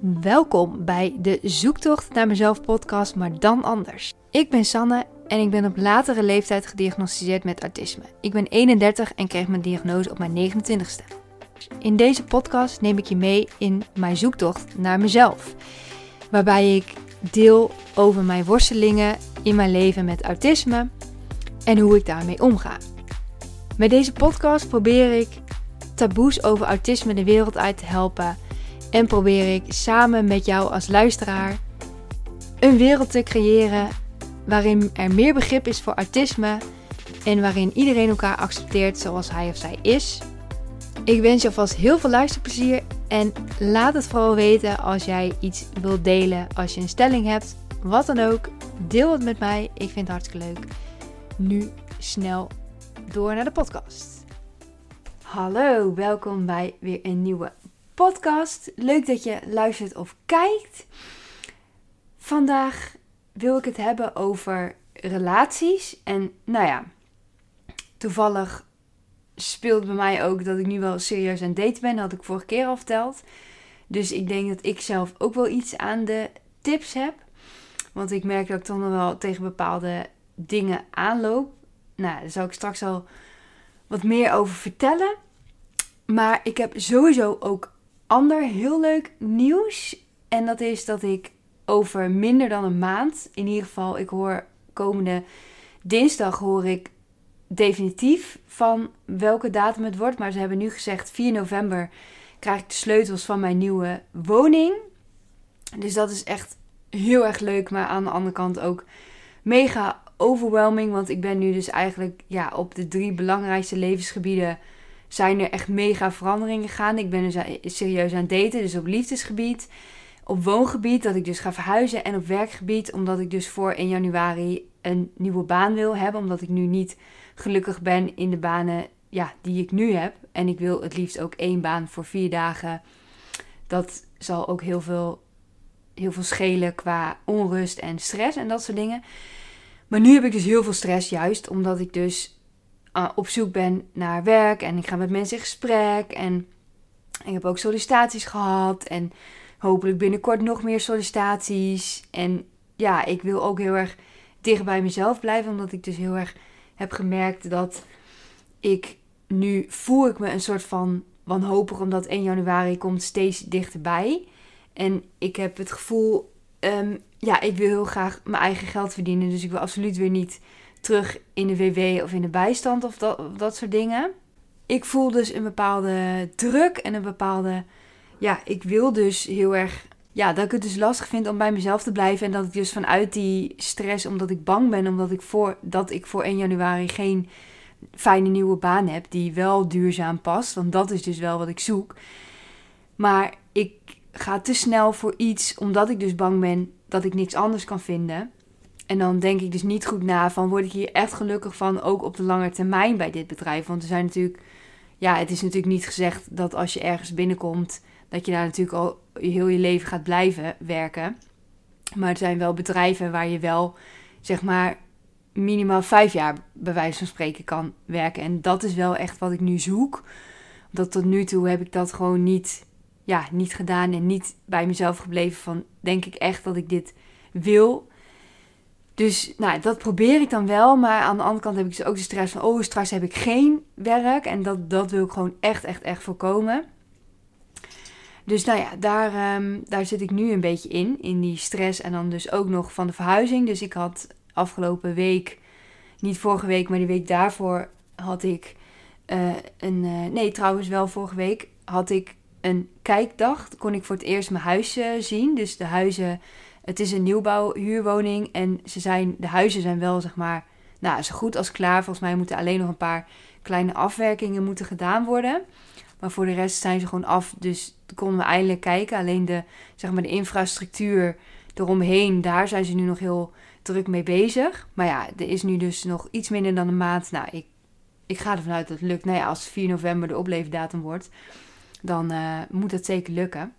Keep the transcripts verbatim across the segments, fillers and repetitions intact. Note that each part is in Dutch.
Welkom bij de Zoektocht naar mezelf podcast, maar dan anders. Ik ben Sanne en ik ben op latere leeftijd gediagnosticeerd met autisme. Ik ben eenendertig en kreeg mijn diagnose op mijn negenentwintigste. In deze podcast neem ik je mee in mijn zoektocht naar mezelf. Waarbij ik deel over mijn worstelingen in mijn leven met autisme en hoe ik daarmee omga. Met deze podcast probeer ik taboes over autisme de wereld uit te helpen. En probeer ik samen met jou als luisteraar een wereld te creëren waarin er meer begrip is voor autisme en waarin iedereen elkaar accepteert zoals hij of zij is. Ik wens je alvast heel veel luisterplezier en laat het vooral weten als jij iets wilt delen, als je een stelling hebt, wat dan ook. Deel het met mij, ik vind het hartstikke leuk. Nu snel door naar de podcast. Hallo, welkom bij weer een nieuwe podcast. Leuk dat je luistert of kijkt. Vandaag wil ik het hebben over relaties. En nou ja, toevallig speelt bij mij ook dat ik nu wel serieus aan het daten ben. Dat had ik vorige keer al verteld. Dus ik denk dat ik zelf ook wel iets aan de tips heb. Want ik merk dat ik toch nog wel tegen bepaalde dingen aanloop. Nou, daar zal ik straks al wat meer over vertellen. Maar ik heb sowieso ook ander heel leuk nieuws. En dat is dat ik over minder dan een maand, in ieder geval, ik hoor komende dinsdag hoor ik definitief van welke datum het wordt. Maar ze hebben nu gezegd vier november krijg ik de sleutels van mijn nieuwe woning. Dus dat is echt heel erg leuk. Maar aan de andere kant ook mega overwhelming. Want ik ben nu dus eigenlijk ja, op de drie belangrijkste levensgebieden zijn er echt mega veranderingen gegaan. Ik ben dus serieus aan het daten, dus op liefdesgebied, op woongebied, dat ik dus ga verhuizen en op werkgebied, omdat ik dus voor één januari een nieuwe baan wil hebben, omdat ik nu niet gelukkig ben in de banen ja, die ik nu heb. En ik wil het liefst ook één baan voor vier dagen. Dat zal ook heel veel, heel veel schelen qua onrust en stress en dat soort dingen. Maar nu heb ik dus heel veel stress, juist omdat ik dus Uh, op zoek ben naar werk en ik ga met mensen in gesprek en ik heb ook sollicitaties gehad en hopelijk binnenkort nog meer sollicitaties. En ja, ik wil ook heel erg dicht bij mezelf blijven, omdat ik dus heel erg heb gemerkt dat ik nu voel ik me een soort van wanhopig, omdat één januari komt steeds dichterbij. En ik heb het gevoel, um, ja, ik wil heel graag mijn eigen geld verdienen, dus ik wil absoluut weer niet terug in de W W of in de bijstand of dat, of dat soort dingen. Ik voel dus een bepaalde druk en een bepaalde... Ja, ik wil dus heel erg... Ja, dat ik het dus lastig vind om bij mezelf te blijven. En dat ik dus vanuit die stress, omdat ik bang ben, omdat ik voor, dat ik voor één januari geen fijne nieuwe baan heb die wel duurzaam past. Want dat is dus wel wat ik zoek. Maar ik ga te snel voor iets, omdat ik dus bang ben dat ik niks anders kan vinden. En dan denk ik dus niet goed na van, word ik hier echt gelukkig van, ook op de lange termijn bij dit bedrijf. Want er zijn natuurlijk, ja, het is natuurlijk niet gezegd dat als je ergens binnenkomt, dat je daar natuurlijk al heel je leven gaat blijven werken. Maar er zijn wel bedrijven waar je wel, zeg maar, minimaal vijf jaar bij wijze van spreken kan werken. En dat is wel echt wat ik nu zoek. Dat tot nu toe heb ik dat gewoon niet, ja, niet gedaan en niet bij mezelf gebleven van, denk ik echt dat ik dit wil. Dus nou, dat probeer ik dan wel. Maar aan de andere kant heb ik dus ook de stress van... oh, straks heb ik geen werk. En dat, dat wil ik gewoon echt, echt, echt voorkomen. Dus nou ja, daar, um, daar zit ik nu een beetje in. In die stress en dan dus ook nog van de verhuizing. Dus ik had afgelopen week... niet vorige week, maar die week daarvoor had ik... Uh, een, uh, nee, trouwens wel vorige week had ik een kijkdag. Dan kon ik voor het eerst mijn huis uh, zien. Dus de huizen... Het is een nieuwbouwhuurwoning en ze zijn, de huizen zijn wel, zeg maar, nou, zo goed als klaar. Volgens mij moeten alleen nog een paar kleine afwerkingen moeten gedaan worden. Maar voor de rest zijn ze gewoon af, dus konden we eindelijk kijken. Alleen de, zeg maar, de infrastructuur eromheen, daar zijn ze nu nog heel druk mee bezig. Maar ja, er is nu dus nog iets minder dan een maand. Nou, ik, ik ga ervan uit dat het lukt. Nou ja, als vier november de opleefdatum wordt, dan uh, moet het zeker lukken.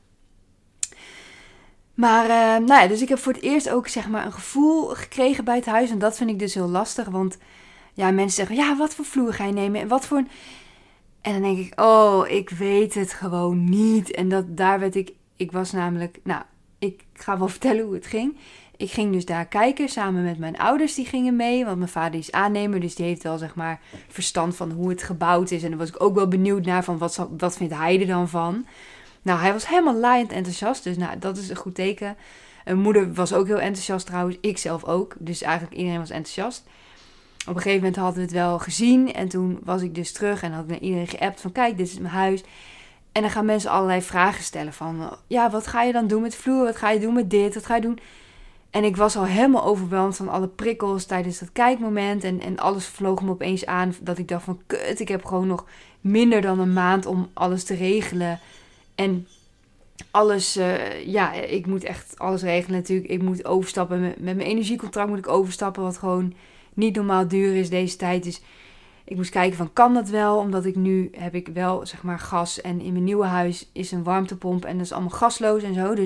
Maar, uh, nou ja, dus ik heb voor het eerst ook, zeg maar, een gevoel gekregen bij het huis. En dat vind ik dus heel lastig, want ja, mensen zeggen, ja, wat voor vloer ga je nemen? En wat voor een... En dan denk ik, oh, ik weet het gewoon niet. En dat, daar werd ik ik was namelijk... Nou, ik ga wel vertellen hoe het ging. Ik ging dus daar kijken samen met mijn ouders. Die gingen mee, want mijn vader is aannemer. Dus die heeft wel, zeg maar, verstand van hoe het gebouwd is. En daar was ik ook wel benieuwd naar van wat, wat vindt hij er dan van. Nou, hij was helemaal laaiend enthousiast. Dus nou, dat is een goed teken. Mijn moeder was ook heel enthousiast trouwens. Ik zelf ook. Dus eigenlijk iedereen was enthousiast. Op een gegeven moment hadden we het wel gezien. En toen was ik dus terug en had ik naar iedereen geappt van kijk, dit is mijn huis. En dan gaan mensen allerlei vragen stellen van... Ja, wat ga je dan doen met de vloer? Wat ga je doen met dit? Wat ga je doen? En ik was al helemaal overweldigd van alle prikkels tijdens dat kijkmoment. En, en alles vloog me opeens aan dat ik dacht van... Kut, ik heb gewoon nog minder dan een maand om alles te regelen. En alles... Uh, ja, ik moet echt alles regelen natuurlijk. Ik moet overstappen. Met, met mijn energiecontract moet ik overstappen. Wat gewoon niet normaal duur is deze tijd. Dus... Ik moest kijken van, kan dat wel? Omdat ik nu heb ik wel, zeg maar, gas. En in mijn nieuwe huis is een warmtepomp. En dat is allemaal gasloos en zo. Dus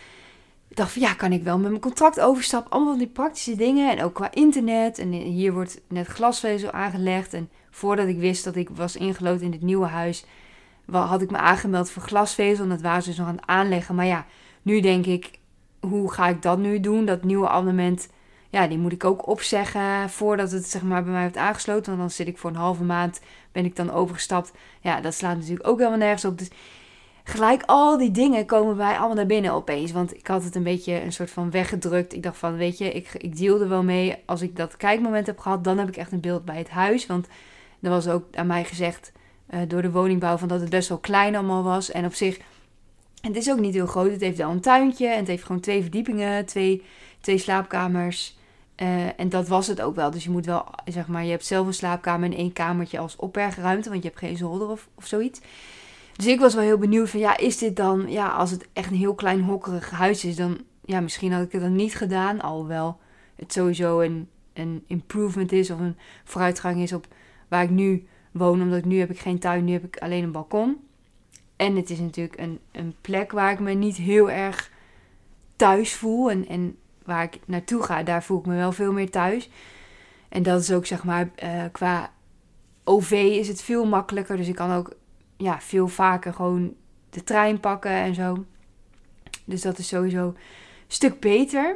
ik dacht van, ja, kan ik wel met mijn contract overstappen? Allemaal van die praktische dingen. En ook qua internet. En hier wordt net glasvezel aangelegd. En voordat ik wist dat ik was ingelood in het nieuwe huis... had ik me aangemeld voor glasvezel. En dat waren ze dus nog aan het aanleggen. Maar ja, nu denk ik, hoe ga ik dat nu doen? Dat nieuwe abonnement... Ja, die moet ik ook opzeggen voordat het, zeg maar, bij mij wordt aangesloten. Want dan zit ik voor een halve maand, ben ik dan overgestapt. Ja, dat slaat natuurlijk ook helemaal nergens op. Dus gelijk al die dingen komen bij allemaal naar binnen opeens. Want ik had het een beetje een soort van weggedrukt. Ik dacht van, weet je, ik, ik deal er wel mee. Als ik dat kijkmoment heb gehad, dan heb ik echt een beeld bij het huis. Want er was ook aan mij gezegd uh, door de woningbouw van dat het best wel klein allemaal was. En op zich, het is ook niet heel groot. Het heeft wel een tuintje en het heeft gewoon twee verdiepingen, twee, twee slaapkamers... Uh, en dat was het ook wel. Dus je moet wel, zeg maar, je hebt zelf een slaapkamer en één kamertje als opbergruimte. Want je hebt geen zolder of, of zoiets. Dus ik was wel heel benieuwd van, ja, is dit dan... Ja, als het echt een heel klein hokkerig huis is, dan... Ja, misschien had ik het dan niet gedaan. Alhoewel het sowieso een, een improvement is of een vooruitgang is op waar ik nu woon. Omdat nu heb ik geen tuin, nu heb ik alleen een balkon. En het is natuurlijk een, een plek waar ik me niet heel erg thuis voel. En... en waar ik naartoe ga, daar voel ik me wel veel meer thuis. En dat is ook, zeg maar, uh, qua O V is het veel makkelijker. Dus ik kan ook ja, veel vaker gewoon de trein pakken en zo. Dus dat is sowieso een stuk beter.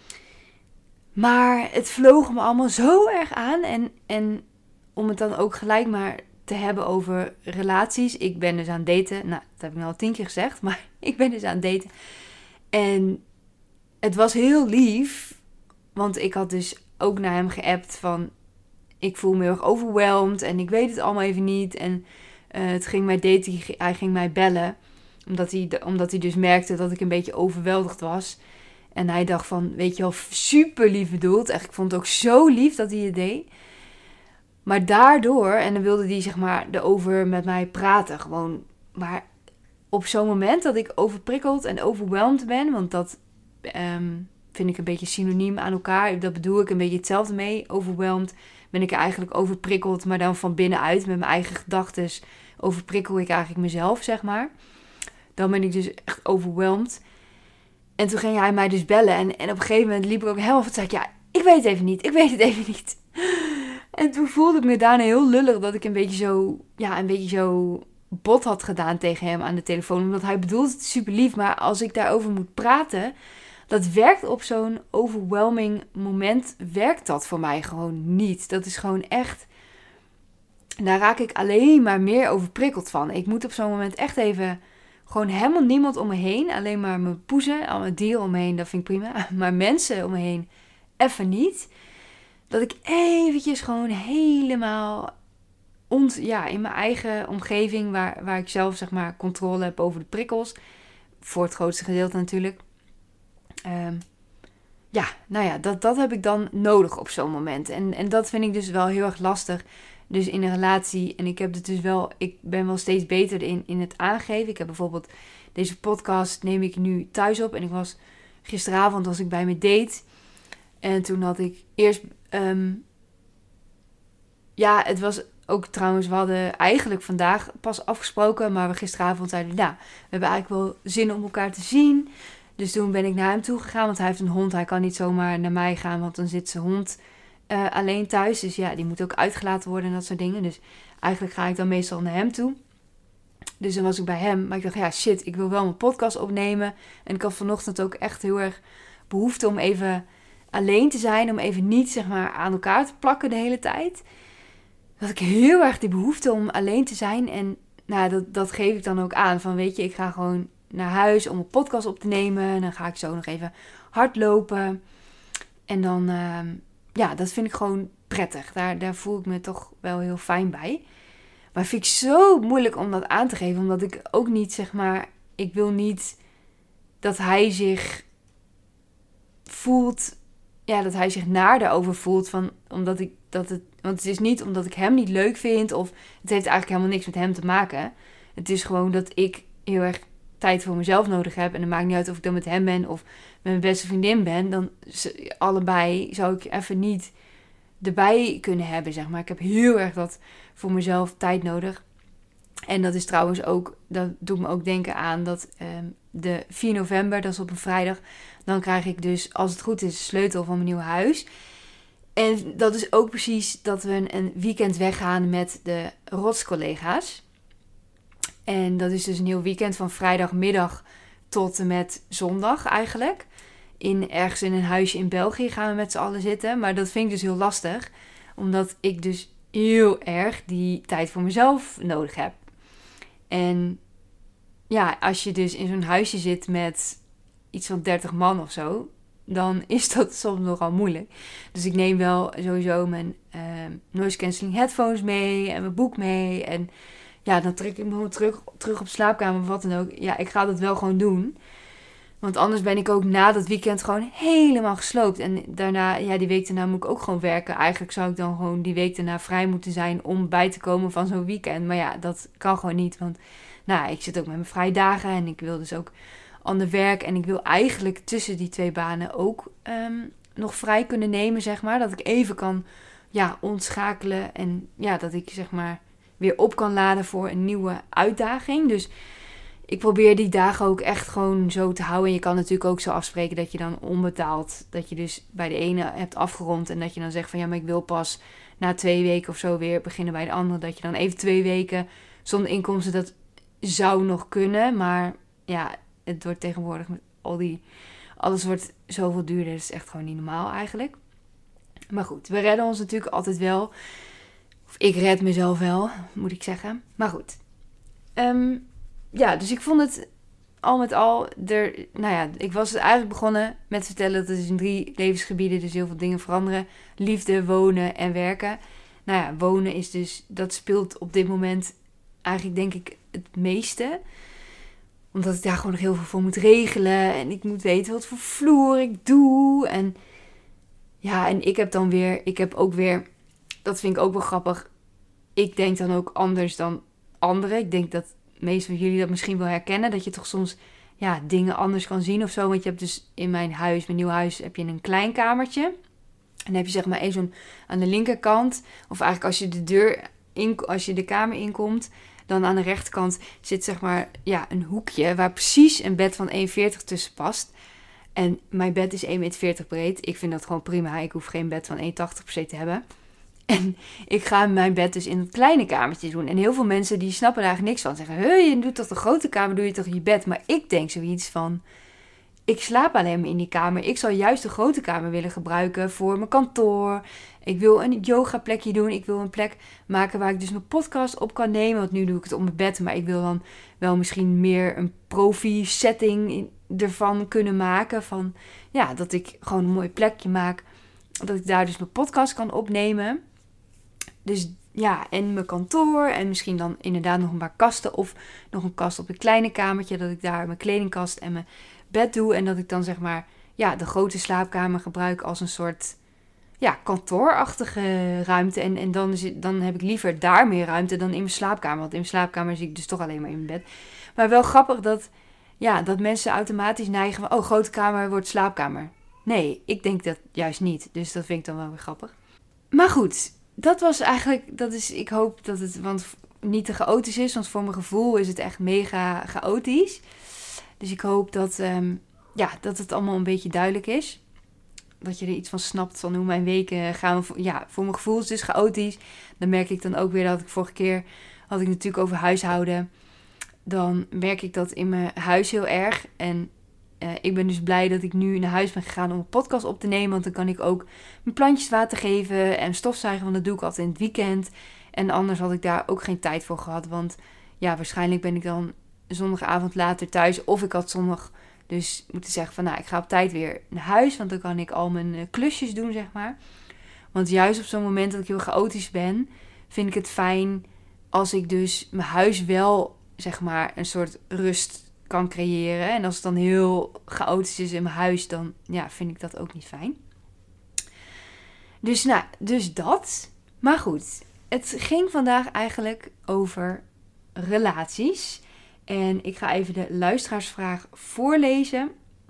Maar het vloog me allemaal zo erg aan. En, en om het dan ook gelijk maar te hebben over relaties. Ik ben dus aan het daten. Nou, dat heb ik nu al tien keer gezegd. Maar ik ben dus aan het daten. En... Het was heel lief, want ik had dus ook naar hem geappt van... Ik voel me heel erg overweldigd en ik weet het allemaal even niet. En uh, het ging mij daten, hij ging mij bellen. Omdat hij, omdat hij dus merkte dat ik een beetje overweldigd was. En hij dacht van, weet je wel, super lief bedoeld. Echt, ik vond het ook zo lief dat hij het deed. Maar daardoor, en dan wilde hij, zeg maar, erover met mij praten. Gewoon, maar op zo'n moment dat ik overprikkeld en overweldigd ben, want dat... Um, vind ik een beetje synoniem aan elkaar. Dat bedoel ik een beetje hetzelfde mee. Overweldigd ben ik eigenlijk overprikkeld, maar dan van binnenuit met mijn eigen gedachten overprikkel ik eigenlijk mezelf, zeg maar. Dan ben ik dus echt overweldigd. En toen ging hij mij dus bellen en, en op een gegeven moment liep ik ook helemaal van, zei ik, ja, ik weet het even niet, ik weet het even niet. En toen voelde ik me daarna heel lullig dat ik een beetje zo, ja, een beetje zo bot had gedaan tegen hem aan de telefoon. Omdat hij bedoelt het super lief, maar als ik daarover moet praten... Dat werkt op zo'n overwhelming moment, werkt dat voor mij gewoon niet. Dat is gewoon echt, daar raak ik alleen maar meer overprikkeld van. Ik moet op zo'n moment echt even, gewoon helemaal niemand om me heen. Alleen maar mijn poezen, al mijn dieren om me heen, dat vind ik prima. Maar mensen om me heen, even niet. Dat ik eventjes gewoon helemaal, ont, ja, in mijn eigen omgeving, waar, waar ik zelf, zeg maar, controle heb over de prikkels. Voor het grootste gedeelte natuurlijk. Um, ja, nou ja, dat, dat heb ik dan nodig op zo'n moment. En, en dat vind ik dus wel heel erg lastig. Dus in een relatie, en ik heb het dus wel, ik ben wel steeds beter in, in het aangeven. Ik heb bijvoorbeeld, deze podcast neem ik nu thuis op. En ik was, gisteravond was ik bij mijn date. En toen had ik eerst, um, ja, het was ook trouwens, we hadden eigenlijk vandaag pas afgesproken. Maar we gisteravond zeiden, nou, we hebben eigenlijk wel zin om elkaar te zien. Dus toen ben ik naar hem toe gegaan, want hij heeft een hond. Hij kan niet zomaar naar mij gaan, want dan zit zijn hond uh, alleen thuis. Dus ja, die moet ook uitgelaten worden en dat soort dingen. Dus eigenlijk ga ik dan meestal naar hem toe. Dus dan was ik bij hem. Maar ik dacht, ja shit, ik wil wel mijn podcast opnemen. En ik had vanochtend ook echt heel erg behoefte om even alleen te zijn. Om even niet, zeg maar, aan elkaar te plakken de hele tijd. Dat ik heel erg die behoefte om alleen te zijn. En nou, dat, dat geef ik dan ook aan. Van weet je, ik ga gewoon naar huis om een podcast op te nemen. En dan ga ik zo nog even hardlopen. En dan, uh, ja, dat vind ik gewoon prettig. Daar, daar voel ik me toch wel heel fijn bij. Maar vind ik zo moeilijk om dat aan te geven. Omdat ik ook niet, zeg maar, ik wil niet dat hij zich voelt, ja, dat hij zich naar daarover voelt. Van, omdat ik dat het, want het is niet omdat ik hem niet leuk vind. Of het heeft eigenlijk helemaal niks met hem te maken. Het is gewoon dat ik heel erg tijd voor mezelf nodig heb. En het maakt niet uit of ik dan met hem ben of met mijn beste vriendin ben. Dan allebei zou ik even niet erbij kunnen hebben, zeg maar. Ik heb heel erg dat voor mezelf tijd nodig. En dat is trouwens ook, dat doet me ook denken aan dat um, de vier november, dat is op een vrijdag, dan krijg ik dus, als het goed is, de sleutel van mijn nieuwe huis. En dat is ook precies dat we een, een weekend weggaan met de rotscollega's. En dat is dus een heel weekend van vrijdagmiddag tot en met zondag eigenlijk. In, ergens in een huisje in België gaan we met z'n allen zitten. Maar dat vind ik dus heel lastig. Omdat ik dus heel erg die tijd voor mezelf nodig heb. En ja, als je dus in zo'n huisje zit met iets van dertig man of zo, dan is dat soms nogal moeilijk. Dus ik neem wel sowieso mijn uh, noise cancelling headphones mee en mijn boek mee. En ja, dan trek ik me gewoon terug, terug op slaapkamer of wat dan ook. Ja, ik ga dat wel gewoon doen. Want anders ben ik ook na dat weekend gewoon helemaal gesloopt. En daarna, ja, die week daarna moet ik ook gewoon werken. Eigenlijk zou ik dan gewoon die week daarna vrij moeten zijn om bij te komen van zo'n weekend. Maar ja, dat kan gewoon niet. Want nou, ik zit ook met mijn vrije dagen en ik wil dus ook ander werk. En ik wil eigenlijk tussen die twee banen ook um, nog vrij kunnen nemen, zeg maar. Dat ik even kan, ja, ontschakelen. En ja, dat ik, zeg maar, weer op kan laden voor een nieuwe uitdaging. Dus ik probeer die dagen ook echt gewoon zo te houden. En je kan natuurlijk ook zo afspreken dat je dan onbetaald, dat je dus bij de ene hebt afgerond en dat je dan zegt van ja, maar ik wil pas na twee weken of zo weer beginnen bij de andere. Dat je dan even twee weken zonder inkomsten, dat zou nog kunnen. Maar ja, het wordt tegenwoordig met al die, alles wordt zoveel duurder. Dat is echt gewoon niet normaal eigenlijk. Maar goed, we redden ons natuurlijk altijd wel. Of ik red mezelf wel, moet ik zeggen. Maar goed. Um, Ja, dus ik vond het al met al, er, nou ja, ik was eigenlijk begonnen met vertellen dat het dus in drie levensgebieden dus heel veel dingen veranderen. Liefde, wonen en werken. Nou ja, wonen is dus, dat speelt op dit moment eigenlijk denk ik het meeste. Omdat ik daar gewoon nog heel veel voor moet regelen. En ik moet weten wat voor vloer ik doe. En ja, en ik heb dan weer, ik heb ook weer, dat vind ik ook wel grappig. Ik denk dan ook anders dan anderen. Ik denk dat de meeste van jullie dat misschien wel herkennen. Dat je toch soms ja, dingen anders kan zien of zo. Want je hebt dus in mijn huis, mijn nieuw huis, heb je een klein kamertje. En dan heb je zeg maar één zo'n aan de linkerkant. Of eigenlijk als je de deur in, als je de kamer inkomt, dan aan de rechterkant zit zeg maar ja, een hoekje waar precies een bed van één meter veertig tussen past. En mijn bed is één meter veertig breed. Ik vind dat gewoon prima. Ik hoef geen bed van één meter tachtig per se te hebben. En ik ga mijn bed dus in het kleine kamertje doen. En heel veel mensen die snappen daar eigenlijk niks van. Zeggen, je doet toch de grote kamer, doe je toch je bed. Maar ik denk zoiets van, ik slaap alleen maar in die kamer. Ik zou juist de grote kamer willen gebruiken voor mijn kantoor. Ik wil een yoga plekje doen. Ik wil een plek maken waar ik dus mijn podcast op kan nemen. Want nu doe ik het op mijn bed. Maar ik wil dan wel misschien meer een profi setting ervan kunnen maken. Van ja, dat ik gewoon een mooi plekje maak. Dat ik daar dus mijn podcast kan opnemen. Dus ja, en mijn kantoor en misschien dan inderdaad nog een paar kasten of nog een kast op een kleine kamertje. Dat ik daar mijn kledingkast en mijn bed doe. En dat ik dan zeg maar ja, de grote slaapkamer gebruik als een soort ja, kantoorachtige ruimte. En, en dan, is het, dan heb ik liever daar meer ruimte dan in mijn slaapkamer. Want in mijn slaapkamer zie ik dus toch alleen maar in mijn bed. Maar wel grappig dat, ja, dat mensen automatisch neigen van, oh, grote kamer wordt slaapkamer. Nee, ik denk dat juist niet. Dus dat vind ik dan wel weer grappig. Maar goed, dat was eigenlijk, dat is, ik hoop dat het want niet te chaotisch is. Want voor mijn gevoel is het echt mega chaotisch. Dus ik hoop dat, um, ja, dat het allemaal een beetje duidelijk is. Dat je er iets van snapt van hoe mijn weken gaan. Ja, voor mijn gevoel is het dus chaotisch. Dan merk ik dan ook weer dat ik vorige keer had ik natuurlijk over huishouden. dan merk ik dat in mijn huis heel erg. En uh, ik ben dus blij dat ik nu naar huis ben gegaan om een podcast op te nemen. Want dan kan ik ook mijn plantjes water geven en stofzuigen. Want dat doe ik altijd in het weekend. En anders had ik daar ook geen tijd voor gehad. Want ja, waarschijnlijk ben ik dan zondagavond later thuis. Of ik had zondag dus moeten zeggen van nou, ik ga op tijd weer naar huis. Want dan kan ik al mijn uh, klusjes doen, zeg maar. Want juist op zo'n moment dat ik heel chaotisch ben, vind ik het fijn als ik dus mijn huis wel, zeg maar, een soort rust kan creëren. En als het dan heel chaotisch is in mijn huis, dan ja, vind ik dat ook niet fijn. Dus nou, dus dat. Maar goed, het ging vandaag eigenlijk over relaties. En ik ga even de luisteraarsvraag voorlezen.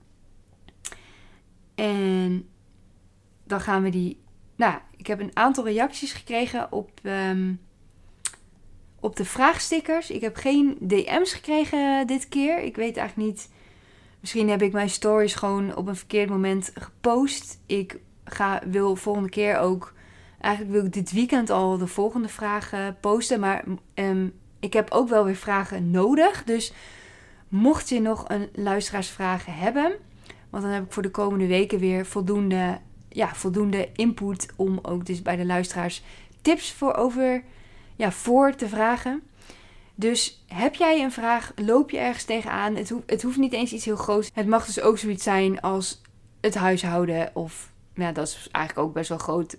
En dan gaan we die... Nou, ik heb een aantal reacties gekregen op, um, op de vraagstickers. Ik heb geen D M's gekregen dit keer. Ik weet eigenlijk niet... Misschien heb ik mijn stories gewoon op een verkeerd moment gepost. Ik ga, wil volgende keer ook... Eigenlijk wil ik dit weekend al de volgende vragen posten. Maar um, ik heb ook wel weer vragen nodig. Dus mocht je nog een luisteraarsvraag hebben... Want dan heb ik voor de komende weken weer voldoende... Ja, voldoende input om ook dus bij de luisteraars tips voor over, ja, voor te vragen. Dus heb jij een vraag, loop je ergens tegenaan? Het, ho- het hoeft niet eens iets heel groots. Het mag dus ook zoiets zijn als het huishouden of, ja, dat is eigenlijk ook best wel groot.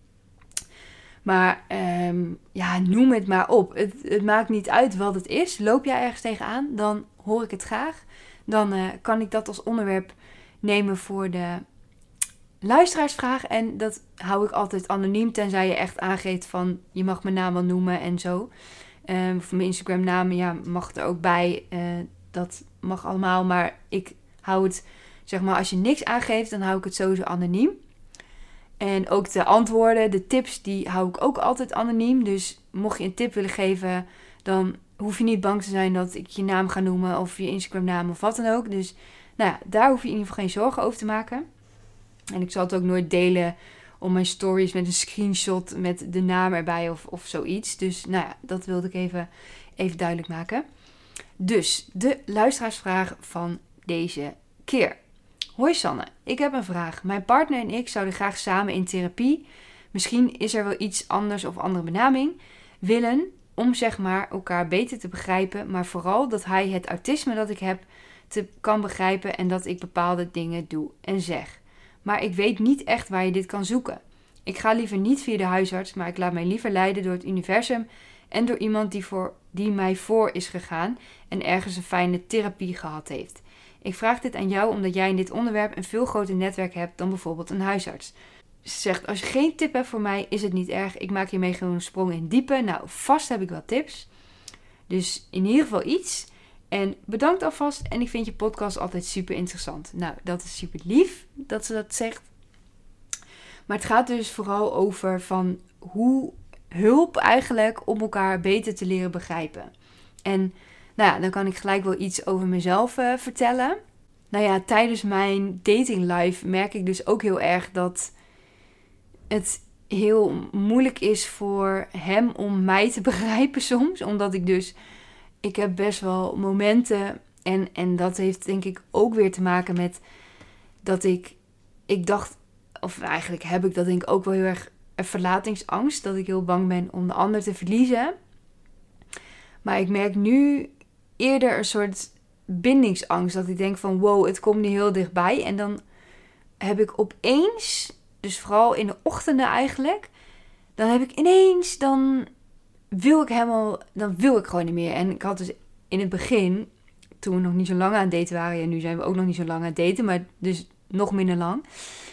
Maar um, ja, noem het maar op. Het, het maakt niet uit wat het is. Loop jij ergens tegenaan, dan hoor ik het graag. Dan uh, kan ik dat als onderwerp nemen voor de luisteraarsvraag. En dat hou ik altijd anoniem, tenzij je echt aangeeft van je mag mijn naam wel noemen en zo. Um, of mijn Instagram naam, ja, mag er ook bij. Uh, dat mag allemaal, maar ik hou het, zeg maar, als je niks aangeeft, dan hou ik het sowieso anoniem. En ook de antwoorden, de tips, die hou ik ook altijd anoniem. Dus mocht je een tip willen geven, dan hoef je niet bang te zijn dat ik je naam ga noemen of je Instagram naam of wat dan ook. Dus nou ja, daar hoef je in ieder geval geen zorgen over te maken. En ik zal het ook nooit delen op mijn stories met een screenshot met de naam erbij of, of zoiets. Dus nou ja, dat wilde ik even, even duidelijk maken. Dus de luisteraarsvraag van deze keer. Hoi Sanne, ik heb een vraag. Mijn partner en ik zouden graag samen in therapie, misschien is er wel iets anders of andere benaming, willen om zeg maar elkaar beter te begrijpen. Maar vooral dat hij het autisme dat ik heb te, kan begrijpen en dat ik bepaalde dingen doe en zeg. Maar ik weet niet echt waar je dit kan zoeken. Ik ga liever niet via de huisarts, maar ik laat mij liever leiden door het universum en door iemand die, voor, die mij voor is gegaan en ergens een fijne therapie gehad heeft. Ik vraag dit aan jou omdat jij in dit onderwerp een veel groter netwerk hebt dan bijvoorbeeld een huisarts. Ze zegt, als je geen tip hebt voor mij, is het niet erg. Ik maak hiermee gewoon een sprong in diepe. Nou, vast heb ik wel tips. Dus in ieder geval iets. En bedankt alvast. En ik vind je podcast altijd super interessant. Nou, dat is super lief dat ze dat zegt. Maar het gaat dus vooral over van hoe hulp eigenlijk om elkaar beter te leren begrijpen. En nou ja, dan kan ik gelijk wel iets over mezelf uh, vertellen. Nou ja, tijdens mijn dating life merk ik dus ook heel erg dat het heel moeilijk is voor hem om mij te begrijpen soms. Omdat ik dus, ik heb best wel momenten en, en dat heeft denk ik ook weer te maken met dat ik, ik dacht, of eigenlijk heb ik dat denk ik ook wel heel erg een verlatingsangst. Dat ik heel bang ben om de ander te verliezen. Maar ik merk nu eerder een soort bindingsangst. Dat ik denk van wow, het komt nu heel dichtbij. En dan heb ik opeens, dus vooral in de ochtenden eigenlijk, dan heb ik ineens, dan wil ik helemaal, dan wil ik gewoon niet meer. En ik had dus in het begin, toen we nog niet zo lang aan het daten waren, en nu zijn we ook nog niet zo lang aan het daten, maar dus nog minder lang.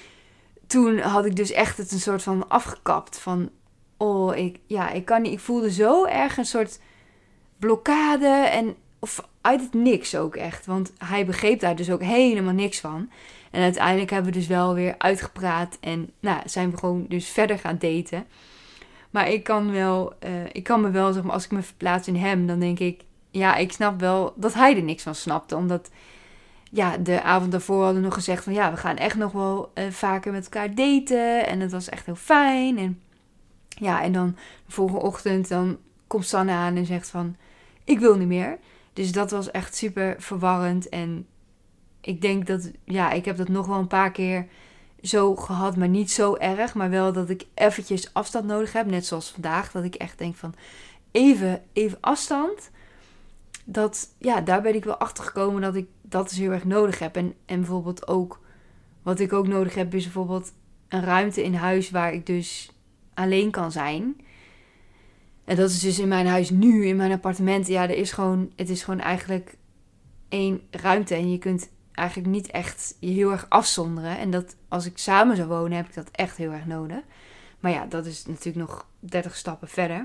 Toen had ik dus echt het een soort van afgekapt. Van, oh, ik, ja, ik kan niet, ik voelde zo erg een soort blokkade en of uit het niks ook echt. Want hij begreep daar dus ook helemaal niks van. En uiteindelijk hebben we dus wel weer uitgepraat. En nou, zijn we gewoon dus verder gaan daten. Maar ik kan wel, uh, ik kan me wel, zeg maar, als ik me verplaats in hem, dan denk ik, ja, ik snap wel dat hij er niks van snapte. Omdat, ja, de avond daarvoor hadden we nog gezegd van, ja, we gaan echt nog wel uh, vaker met elkaar daten. En het was echt heel fijn. En ja, en dan de volgende ochtend, dan komt Sanne aan en zegt van, ik wil niet meer. Dus dat was echt super verwarrend. En ik denk dat, ja, ik heb dat nog wel een paar keer zo gehad, maar niet zo erg. Maar wel dat ik eventjes afstand nodig heb. Net zoals vandaag, dat ik echt denk van even, even afstand. Dat, ja, daar ben ik wel achter gekomen dat ik dat dus heel erg nodig heb. En, en bijvoorbeeld ook, wat ik ook nodig heb, is bijvoorbeeld een ruimte in huis waar ik dus alleen kan zijn. En dat is dus in mijn huis nu, in mijn appartement. Ja, er is gewoon, het is gewoon eigenlijk één ruimte. En je kunt eigenlijk niet echt je heel erg afzonderen. En dat als ik samen zou wonen, heb ik dat echt heel erg nodig. Maar ja, dat is natuurlijk nog dertig stappen verder.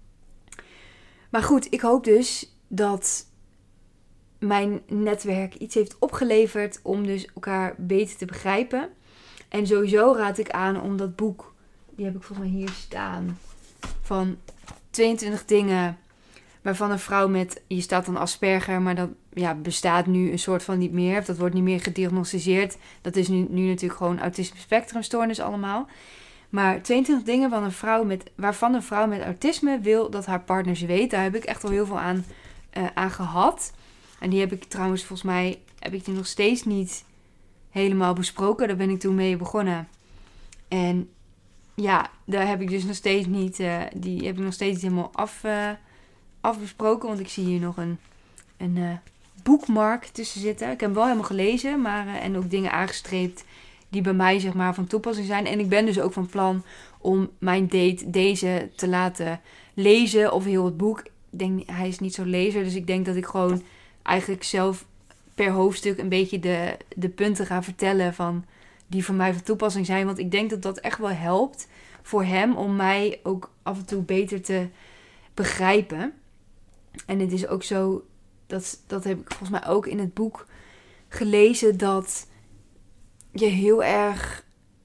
Maar goed, ik hoop dus dat mijn netwerk iets heeft opgeleverd om dus elkaar beter te begrijpen. En sowieso raad ik aan om dat boek, die heb ik volgens mij hier staan, van tweeëntwintig dingen waarvan een vrouw met, hier staat dan Asperger, maar dat ja, bestaat nu een soort van niet meer. Dat wordt niet meer gediagnosticeerd. Dat is nu, nu natuurlijk gewoon autisme spectrumstoornis allemaal. Maar tweeëntwintig dingen van een vrouw met, waarvan een vrouw met autisme wil dat haar partner ze weet. Daar heb ik echt al heel veel aan, uh, aan gehad. En die heb ik trouwens, volgens mij, heb ik die nog steeds niet helemaal besproken. Daar ben ik toen mee begonnen. En ja, daar heb ik dus nog steeds niet, uh, die heb ik nog steeds niet helemaal af, uh, afbesproken. Want ik zie hier nog een, een uh, boekmark tussen zitten. Ik heb hem wel helemaal gelezen, maar uh, en ook dingen aangestreept die bij mij zeg maar van toepassing zijn. En ik ben dus ook van plan om mijn date deze te laten lezen of heel het boek. Ik denk, hij is niet zo lezer, dus ik denk dat ik gewoon eigenlijk zelf per hoofdstuk een beetje de, de punten ga vertellen van die voor mij van toepassing zijn. Want ik denk dat dat echt wel helpt voor hem om mij ook af en toe beter te begrijpen. En het is ook zo, dat, dat heb ik volgens mij ook in het boek gelezen, dat je heel erg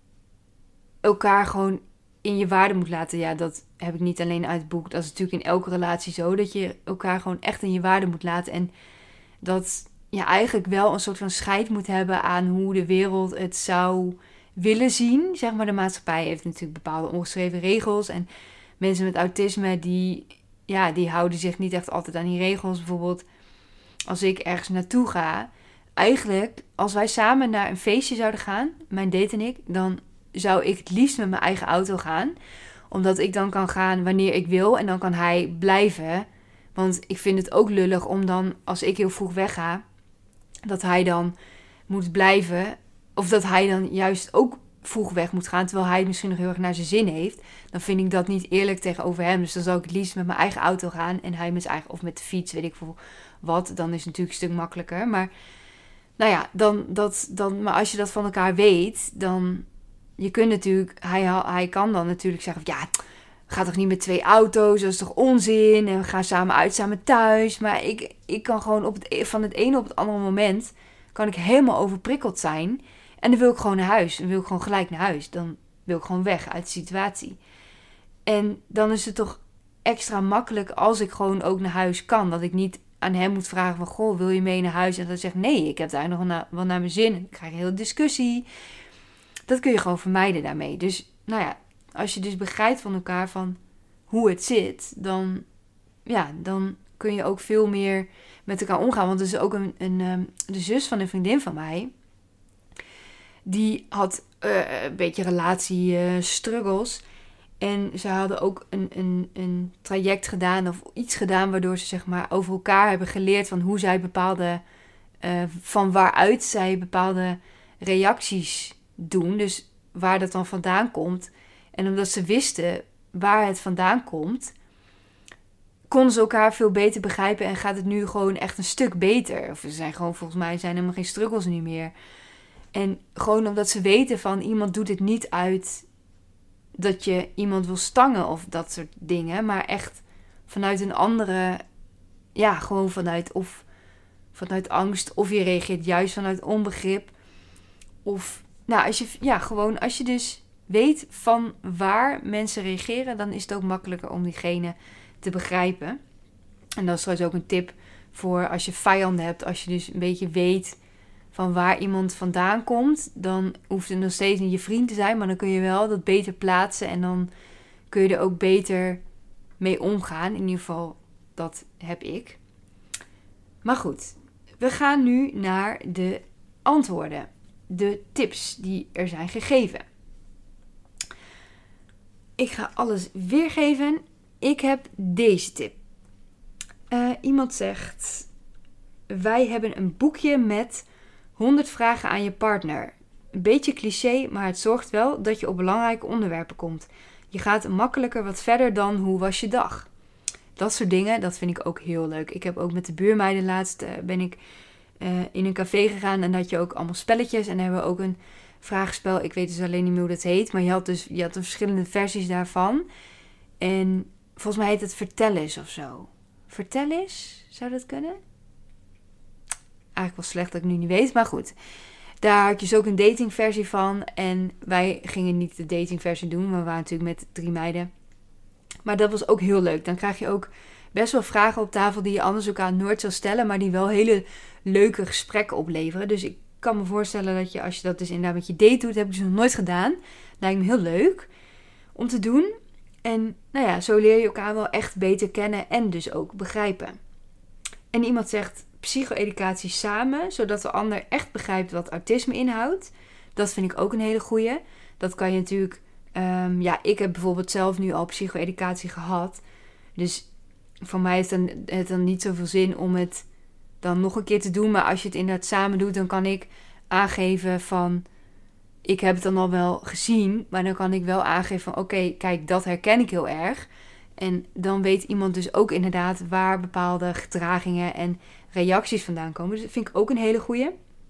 elkaar gewoon in je waarde moet laten. Ja, dat heb ik niet alleen uit het boek. Dat is natuurlijk in elke relatie zo. Dat je elkaar gewoon echt in je waarde moet laten. En dat je eigenlijk wel een soort van scheid moet hebben aan hoe de wereld het zou willen zien. Zeg maar, de maatschappij heeft natuurlijk bepaalde ongeschreven regels. En mensen met autisme, die, ja, die houden zich niet echt altijd aan die regels. Bijvoorbeeld, als ik ergens naartoe ga, eigenlijk, als wij samen naar een feestje zouden gaan, mijn date en ik, dan zou ik het liefst met mijn eigen auto gaan. Omdat ik dan kan gaan wanneer ik wil en dan kan hij blijven. Want ik vind het ook lullig om dan, als ik heel vroeg wegga, dat hij dan moet blijven. Of dat hij dan juist ook vroeg weg moet gaan, terwijl hij het misschien nog heel erg naar zijn zin heeft. Dan vind ik dat niet eerlijk tegenover hem. Dus dan zou ik het liefst met mijn eigen auto gaan en hij met zijn eigen, of met de fiets, weet ik veel wat. Dan is het natuurlijk een stuk makkelijker. Maar nou ja, dan, dat, dan, maar als je dat van elkaar weet, dan, je kunt natuurlijk, hij, hij kan dan natuurlijk zeggen, ja, ga toch niet met twee auto's, dat is toch onzin, en we gaan samen uit, samen thuis. Maar ik, ik kan gewoon op het, van het ene op het andere moment, kan ik helemaal overprikkeld zijn. En dan wil ik gewoon naar huis, dan wil ik gewoon gelijk naar huis. Dan wil ik gewoon weg uit de situatie. En dan is het toch extra makkelijk als ik gewoon ook naar huis kan, dat ik niet aan hem moet vragen van, goh, wil je mee naar huis? En dat hij zegt, nee, ik heb daar nog na, wel naar mijn zin. Ik krijg een hele discussie. Dat kun je gewoon vermijden daarmee. Dus, nou ja, als je dus begrijpt van elkaar van hoe het zit, dan, ja, dan kun je ook veel meer met elkaar omgaan. Want er is ook een, een, um, de zus van een vriendin van mij, die had uh, een beetje relatiestruggles. Uh, En ze hadden ook een, een, een traject gedaan of iets gedaan waardoor ze zeg maar over elkaar hebben geleerd van hoe zij bepaalde, uh, van waaruit zij bepaalde reacties doen. Dus waar dat dan vandaan komt. En omdat ze wisten waar het vandaan komt, konden ze elkaar veel beter begrijpen en gaat het nu gewoon echt een stuk beter. Of ze zijn gewoon, volgens mij zijn helemaal geen struggles nu meer. En gewoon omdat ze weten van iemand doet het niet uit dat je iemand wil stangen of dat soort dingen, maar echt vanuit een andere, ja, gewoon vanuit of vanuit angst, of je reageert juist vanuit onbegrip. Of, nou, als je, ja, gewoon als je dus weet van waar mensen reageren, dan is het ook makkelijker om diegene te begrijpen. En dat is trouwens ook een tip voor als je vijanden hebt, als je dus een beetje weet van waar iemand vandaan komt, dan hoeft het nog steeds niet je vriend te zijn, maar dan kun je wel dat beter plaatsen en dan kun je er ook beter mee omgaan. In ieder geval, dat heb ik. Maar goed, we gaan nu naar de antwoorden. De tips die er zijn gegeven. Ik ga alles weergeven. Ik heb deze tip. Uh, iemand zegt: wij hebben een boekje met honderd vragen aan je partner. Een beetje cliché, maar het zorgt wel dat je op belangrijke onderwerpen komt. Je gaat makkelijker wat verder dan hoe was je dag. Dat soort dingen, dat vind ik ook heel leuk. Ik heb ook met de buurmeiden laatst uh, ben ik uh, in een café gegaan en had je ook allemaal spelletjes. En dan hebben we ook een vraagspel. Ik weet dus alleen niet meer hoe dat heet, maar je had dus je had de verschillende versies daarvan. En volgens mij heet het Vertel eens of zo. Vertel eens? Zou dat kunnen? Eigenlijk wel slecht dat ik nu niet weet, maar goed. Daar had je dus ook een datingversie van. En wij gingen niet de datingversie doen, maar we waren natuurlijk met drie meiden. Maar dat was ook heel leuk. Dan krijg je ook best wel vragen op tafel die je anders elkaar nooit zou stellen, maar die wel hele leuke gesprekken opleveren. Dus ik kan me voorstellen dat je, als je dat dus inderdaad met je date doet, heb ik dus nog nooit gedaan. Lijkt me heel leuk om te doen. En nou ja, zo leer je elkaar wel echt beter kennen en dus ook begrijpen. En iemand zegt psycho-educatie samen, zodat de ander echt begrijpt wat autisme inhoudt. Dat vind ik ook een hele goeie. Dat kan je natuurlijk... Um, ja, ik heb bijvoorbeeld zelf nu al psycho-educatie gehad. Dus voor mij heeft het, het dan niet zoveel zin om het dan nog een keer te doen. Maar als je het inderdaad samen doet, dan kan ik aangeven van... Ik heb het dan al wel gezien, maar dan kan ik wel aangeven van... Oké, okay, kijk, dat herken ik heel erg. En dan weet iemand dus ook inderdaad waar bepaalde gedragingen en reacties vandaan komen. Dus dat vind ik ook een hele goeie.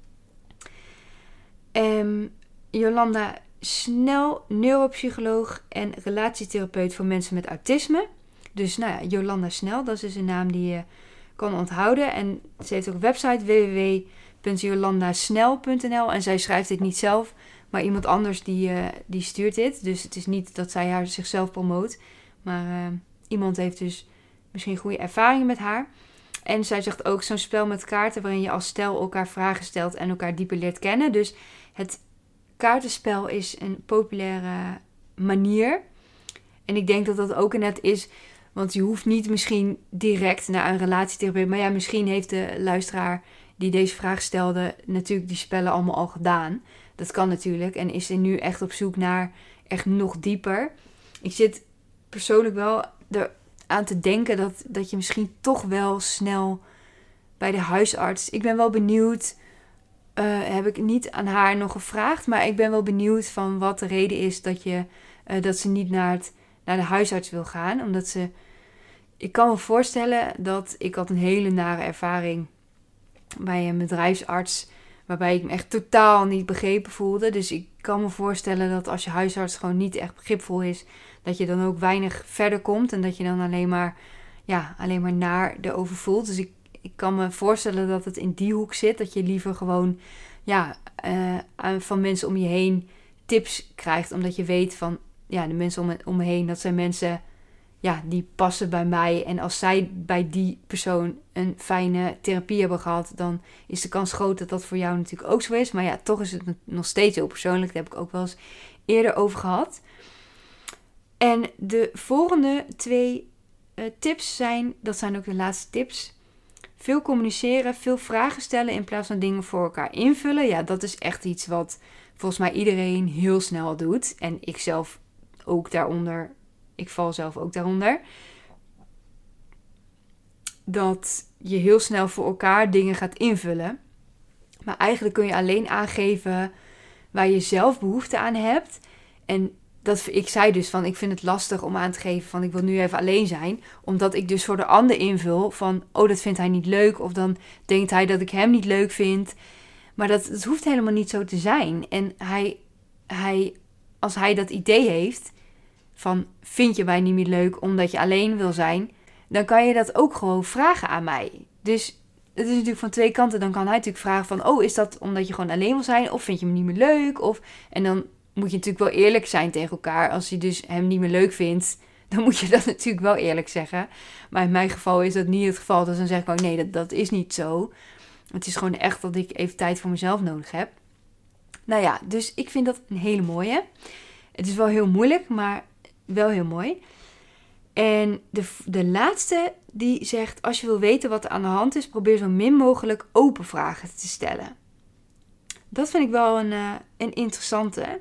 Um, Jolanda Snel, neuropsycholoog en relatietherapeut voor mensen met autisme. Dus nou ja, Jolanda Snel, dat is dus een naam die je kan onthouden. En ze heeft ook een website w w w punt jolanda snel punt n l. En zij schrijft dit niet zelf, maar iemand anders die, uh, die stuurt dit. Dus het is niet dat zij haar zichzelf promoot. Maar uh, iemand heeft dus misschien goede ervaringen met haar. En zij zegt ook zo'n spel met kaarten waarin je als stel elkaar vragen stelt en elkaar dieper leert kennen. Dus het kaartenspel is een populaire manier. En ik denk dat dat ook net is, want je hoeft niet misschien direct naar een relatietherapeut. Maar ja, misschien heeft de luisteraar die deze vraag stelde natuurlijk die spellen allemaal al gedaan. Dat kan natuurlijk. En is er nu echt op zoek naar echt nog dieper. Ik zit persoonlijk wel eraan te denken dat, dat je misschien toch wel snel bij de huisarts... Ik ben wel benieuwd... Uh, heb ik niet aan haar nog gevraagd. Maar ik ben wel benieuwd van wat de reden is dat, je, uh, dat ze niet naar, het, naar de huisarts wil gaan. Omdat ze... Ik kan me voorstellen dat ik had een hele nare ervaring bij een bedrijfsarts. Waarbij ik me echt totaal niet begrepen voelde. Dus ik kan me voorstellen dat als je huisarts gewoon niet echt begripvol is, dat je dan ook weinig verder komt. En dat je dan alleen maar, ja, alleen maar naar erover voelt. Dus ik Ik kan me voorstellen dat het in die hoek zit. Dat je liever gewoon ja, uh, van mensen om je heen tips krijgt. Omdat je weet van ja, de mensen om me, om me heen. Dat zijn mensen ja, die passen bij mij. En als zij bij die persoon een fijne therapie hebben gehad, dan is de kans groot dat dat voor jou natuurlijk ook zo is. Maar ja, toch is het nog steeds heel persoonlijk. Daar heb ik ook wel eens eerder over gehad. En de volgende twee uh, tips zijn, dat zijn ook de laatste tips. Veel communiceren, veel vragen stellen in plaats van dingen voor elkaar invullen. Ja, dat is echt iets wat volgens mij iedereen heel snel doet. En ik zelf ook daaronder. Ik val zelf ook daaronder. Dat je heel snel voor elkaar dingen gaat invullen. Maar eigenlijk kun je alleen aangeven waar je zelf behoefte aan hebt. En dat, ik zei dus van, ik vind het lastig om aan te geven van, ik wil nu even alleen zijn. Omdat ik dus voor de ander invul van, oh, dat vindt hij niet leuk. Of dan denkt hij dat ik hem niet leuk vind. Maar dat, dat hoeft helemaal niet zo te zijn. En hij, hij, als hij dat idee heeft van, vind je mij niet meer leuk omdat je alleen wil zijn, dan kan je dat ook gewoon vragen aan mij. Dus het is natuurlijk van twee kanten. Dan kan hij natuurlijk vragen van, oh, is dat omdat je gewoon alleen wil zijn? Of vind je me niet meer leuk? Of, en dan moet je natuurlijk wel eerlijk zijn tegen elkaar. Als je dus hem niet meer leuk vindt, dan moet je dat natuurlijk wel eerlijk zeggen. Maar in mijn geval is dat niet het geval. Dus dan zeg ik ook, nee, dat, dat is niet zo. Het is gewoon echt dat ik even tijd voor mezelf nodig heb. Nou ja, dus ik vind dat een hele mooie. Het is wel heel moeilijk, maar wel heel mooi. En de, de laatste die zegt, als je wil weten wat er aan de hand is, probeer zo min mogelijk open vragen te stellen. Dat vind ik wel een, uh, een interessante.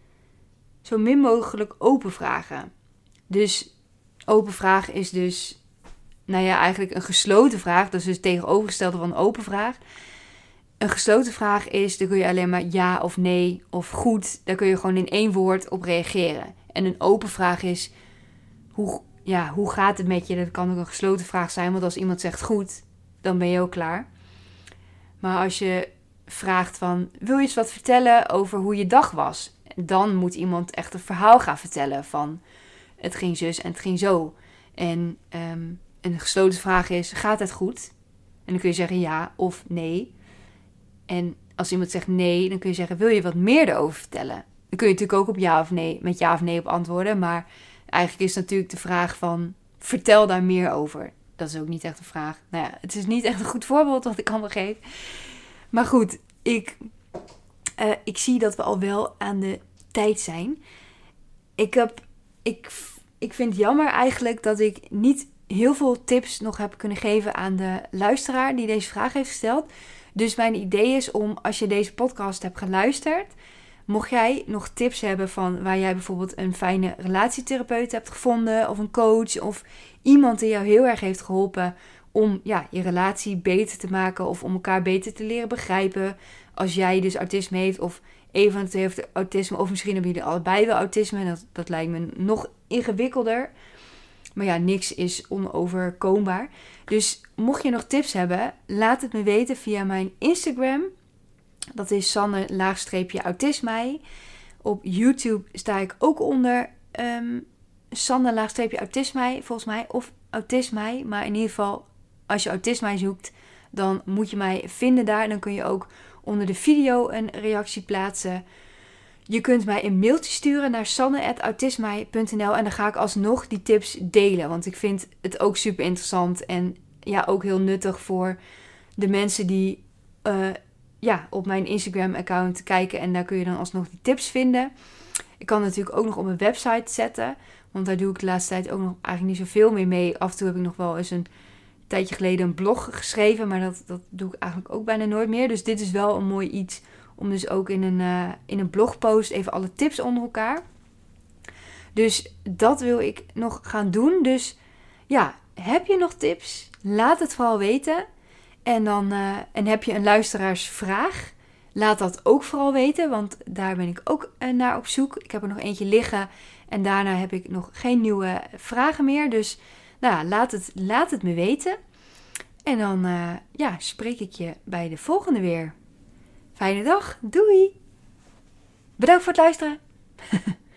Zo min mogelijk open vragen. Dus open vraag is dus, nou ja, eigenlijk een gesloten vraag. Dat is dus tegenovergestelde van een open vraag. Een gesloten vraag is, daar kun je alleen maar ja of nee of goed. Daar kun je gewoon in één woord op reageren. En een open vraag is, hoe, ja, hoe gaat het met je? Dat kan ook een gesloten vraag zijn, want als iemand zegt goed, dan ben je ook klaar. Maar als je vraagt van, wil je eens wat vertellen over hoe je dag was? Dan moet iemand echt een verhaal gaan vertellen van, het ging zus en het ging zo. En um, een gesloten vraag is, gaat het goed? En dan kun je zeggen ja of nee. En als iemand zegt nee, dan kun je zeggen, wil je wat meer erover vertellen? Dan kun je natuurlijk ook op ja of nee, met ja of nee op antwoorden. Maar eigenlijk is natuurlijk de vraag van, vertel daar meer over. Dat is ook niet echt een vraag. Nou ja, het is niet echt een goed voorbeeld wat ik allemaal geef. Maar goed, ik, uh, ik zie dat we al wel aan de tijd zijn. Ik, heb, ik, ik vind het jammer eigenlijk dat ik niet heel veel tips nog heb kunnen geven aan de luisteraar die deze vraag heeft gesteld. Dus mijn idee is om, als je deze podcast hebt geluisterd, mocht jij nog tips hebben van waar jij bijvoorbeeld een fijne relatietherapeut hebt gevonden, of een coach, of iemand die jou heel erg heeft geholpen om ja, je relatie beter te maken of om elkaar beter te leren begrijpen. Als jij dus autisme heeft of een van het heeft autisme, of misschien hebben jullie allebei wel autisme. En dat, dat lijkt me nog ingewikkelder. Maar ja, niks is onoverkombaar. Dus mocht je nog tips hebben, laat het me weten via mijn Instagram. Dat is Sanne-autisme. Op YouTube sta ik ook onder um, Sanne-autisme, volgens mij. Of autisme. Maar in ieder geval, als je autisme zoekt, dan moet je mij vinden daar. Dan kun je ook onder de video een reactie plaatsen. Je kunt mij een mailtje sturen naar sanne at autisme punt n l en dan ga ik alsnog die tips delen. Want ik vind het ook super interessant en ja, ook heel nuttig voor de mensen die uh, ja, op mijn Instagram-account kijken. En daar kun je dan alsnog die tips vinden. Ik kan het natuurlijk ook nog op mijn website zetten. Want daar doe ik de laatste tijd ook nog eigenlijk niet zoveel meer mee. Af en toe heb ik nog wel eens een tijdje geleden een blog geschreven. Maar dat, dat doe ik eigenlijk ook bijna nooit meer. Dus dit is wel een mooi iets om dus ook in een, uh, in een blogpost even alle tips onder elkaar. Dus dat wil ik nog gaan doen. Dus ja, heb je nog tips? Laat het vooral weten. En, dan, uh, en heb je een luisteraarsvraag? Laat dat ook vooral weten. Want daar ben ik ook uh, naar op zoek. Ik heb er nog eentje liggen. En daarna heb ik nog geen nieuwe vragen meer. Dus nou ja, laat, het, laat het me weten. En dan uh, ja, spreek ik je bij de volgende weer. Fijne dag. Doei. Bedankt voor het luisteren.